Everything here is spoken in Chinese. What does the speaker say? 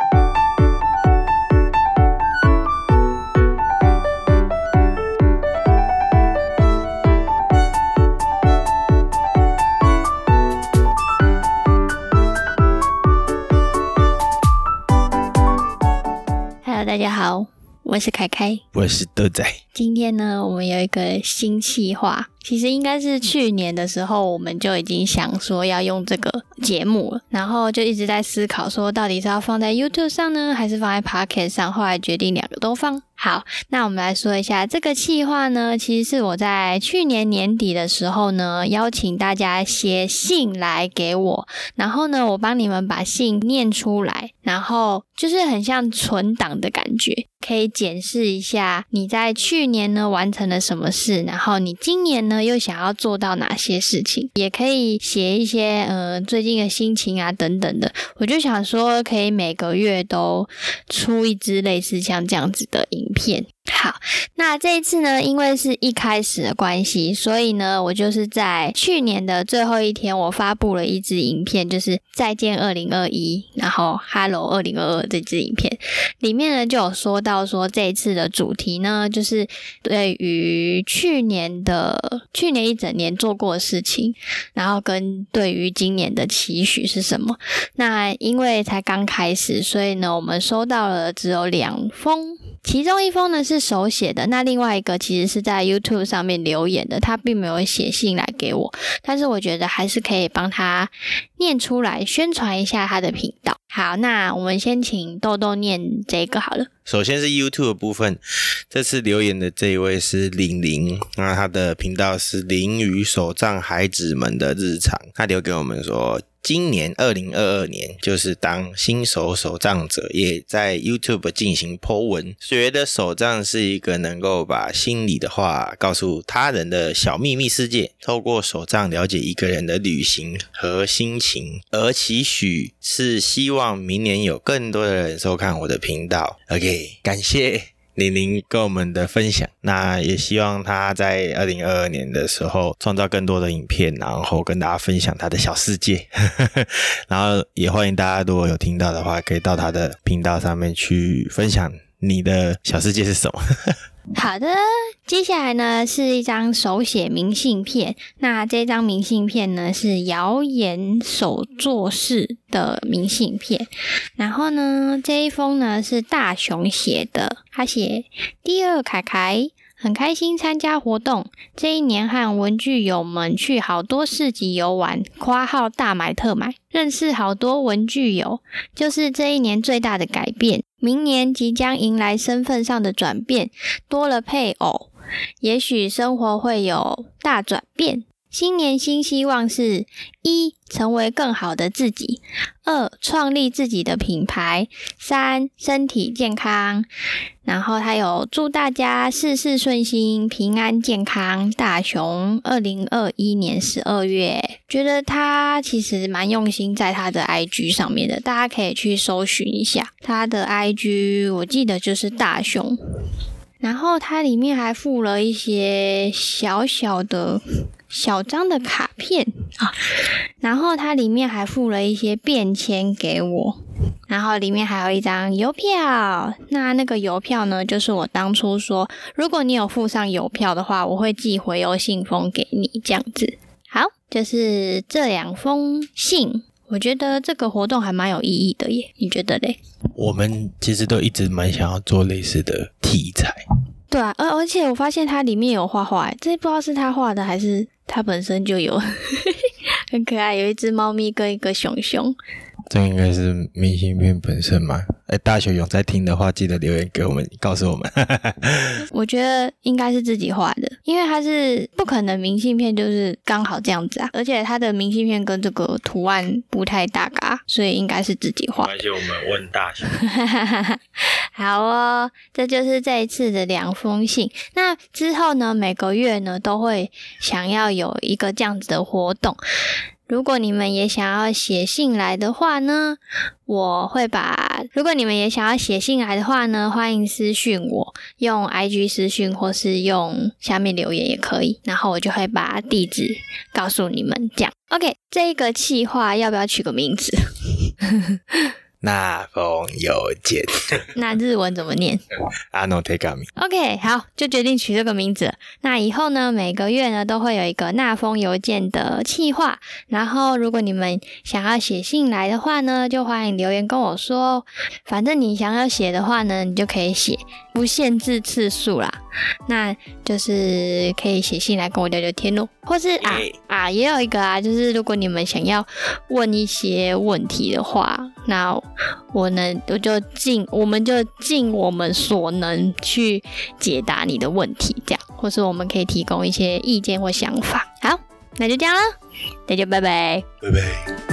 大家好，我是凯凯， 我是豆仔。 今天呢，我们有一个新企划，其实应该是去年的时候，我们就已经想说要用这个节目了，然后就一直在思考说，到底是要放在 YouTube 上呢，还是放在 Podcast 上，后来决定两个都放。好，那我们来说一下这个企划呢，其实是我在去年年底的时候呢，邀请大家写信来给我，然后呢，我帮你们把信念出来，然后就是很像存档的感觉，可以检视一下你在去年呢完成了什么事，然后你今年呢又想要做到哪些事情，也可以写一些最近的心情啊等等的。我就想说可以每个月都出一支类似像这样子的影片。好，那这一次呢，因为是一开始的关系，所以呢，我就是在去年的最后一天，我发布了一支影片，就是再见2021，然后 Hello 2022这支影片，里面呢就有说到说这一次的主题呢，就是对于去年一整年做过的事情，然后跟对于今年的期许是什么。那因为才刚开始，所以呢，我们收到了只有2封。其中一封呢是手写的，那另外一个其实是在 YouTube 上面留言的，他并没有写信来给我，但是我觉得还是可以帮他念出来，宣传一下他的频道。好，那我们先请豆豆念这个好了。 首先是 YouTube 的部分，这次留言的这一位是玲玲，那他的频道是林与手杖孩子们的日常，他留给我们说，今年2022年就是当新手手杖者，也在 YouTube 进行 po 文，觉得手杖是一个能够把心里的话告诉他人的小秘密世界，透过手杖了解一个人的旅行和心情，而期许是希望明年有更多的人收看我的频道。 OK， 感谢玲玲跟我们的分享，那也希望他在2022年的时候创造更多的影片，然后跟大家分享他的小世界然后也欢迎大家如果有听到的话，可以到他的频道上面去分享你的小世界是什么好的，接下来呢是一张手写明信片，那这张明信片呢是谣言手作室的明信片，然后呢这一封呢是大雄写的，他写第二凯凯很开心参加活动，这一年和文具友们去好多市集游玩，括号大买特买，认识好多文具友，就是这一年最大的改变。明年即将迎来身份上的转变，多了配偶，也许生活会有大转变。新年新希望是1. 成为更好的自己， 2. 创立自己的品牌， 3. 身体健康。然后他有祝大家事事顺心，平安健康。大雄2021年12月，觉得他其实蛮用心在他的 IG 上面的，大家可以去搜寻一下他的 IG， 我记得就是大雄。然后它里面还附了一些小张的卡片啊，然后它里面还附了一些便签给我，然后里面还有一张邮票，那个邮票呢，就是我当初说，如果你有附上邮票的话，我会寄回邮信封给你这样子。好，就是这2封信。我觉得这个活动还蛮有意义的耶，你觉得嘞？ 我们其实都一直蛮想要做类似的题材。 对啊，而且我发现它里面有画画，这不知道是他画的还是他本身就有很可爱，有一只猫咪跟一个熊熊。 这应该是明信片本身嘛？大学有在听的话，记得留言给我们，告诉我们。 我觉得应该是自己画的，因为它是不可能明信片就是刚好这样子啊，而且它的明信片跟这个图案不太搭嘎，所以应该是自己画。 而且我们问大学。 好哦，这就是这一次的2封信。那之后呢，每个月呢都会想要有一个这样子的活动。如果你们也想要写信来的话呢，如果你们也想要写信来的话呢，欢迎私讯我，用 IG 私讯或是用下面留言也可以，然后我就会把地址告诉你们这样。OK， 这个企划要不要取个名字？ 那封邮件。 那日文怎么念？ 手紙。 OK， 好，就决定取这个名字了。那以后呢，每个月呢都会有一个那封邮件的企划。然后，如果你们想要写信来的话呢，就欢迎留言跟我说。反正你想要写的话呢，你就可以写，不限制次数啦。那就是可以写信来跟我聊聊天咯。或是也有一个就是如果你们想要问一些问题的话，那我们就尽我们所能去解答你的问题，这样，或是我们可以提供一些意见或想法。好，那就这样了，大家拜拜， 拜拜。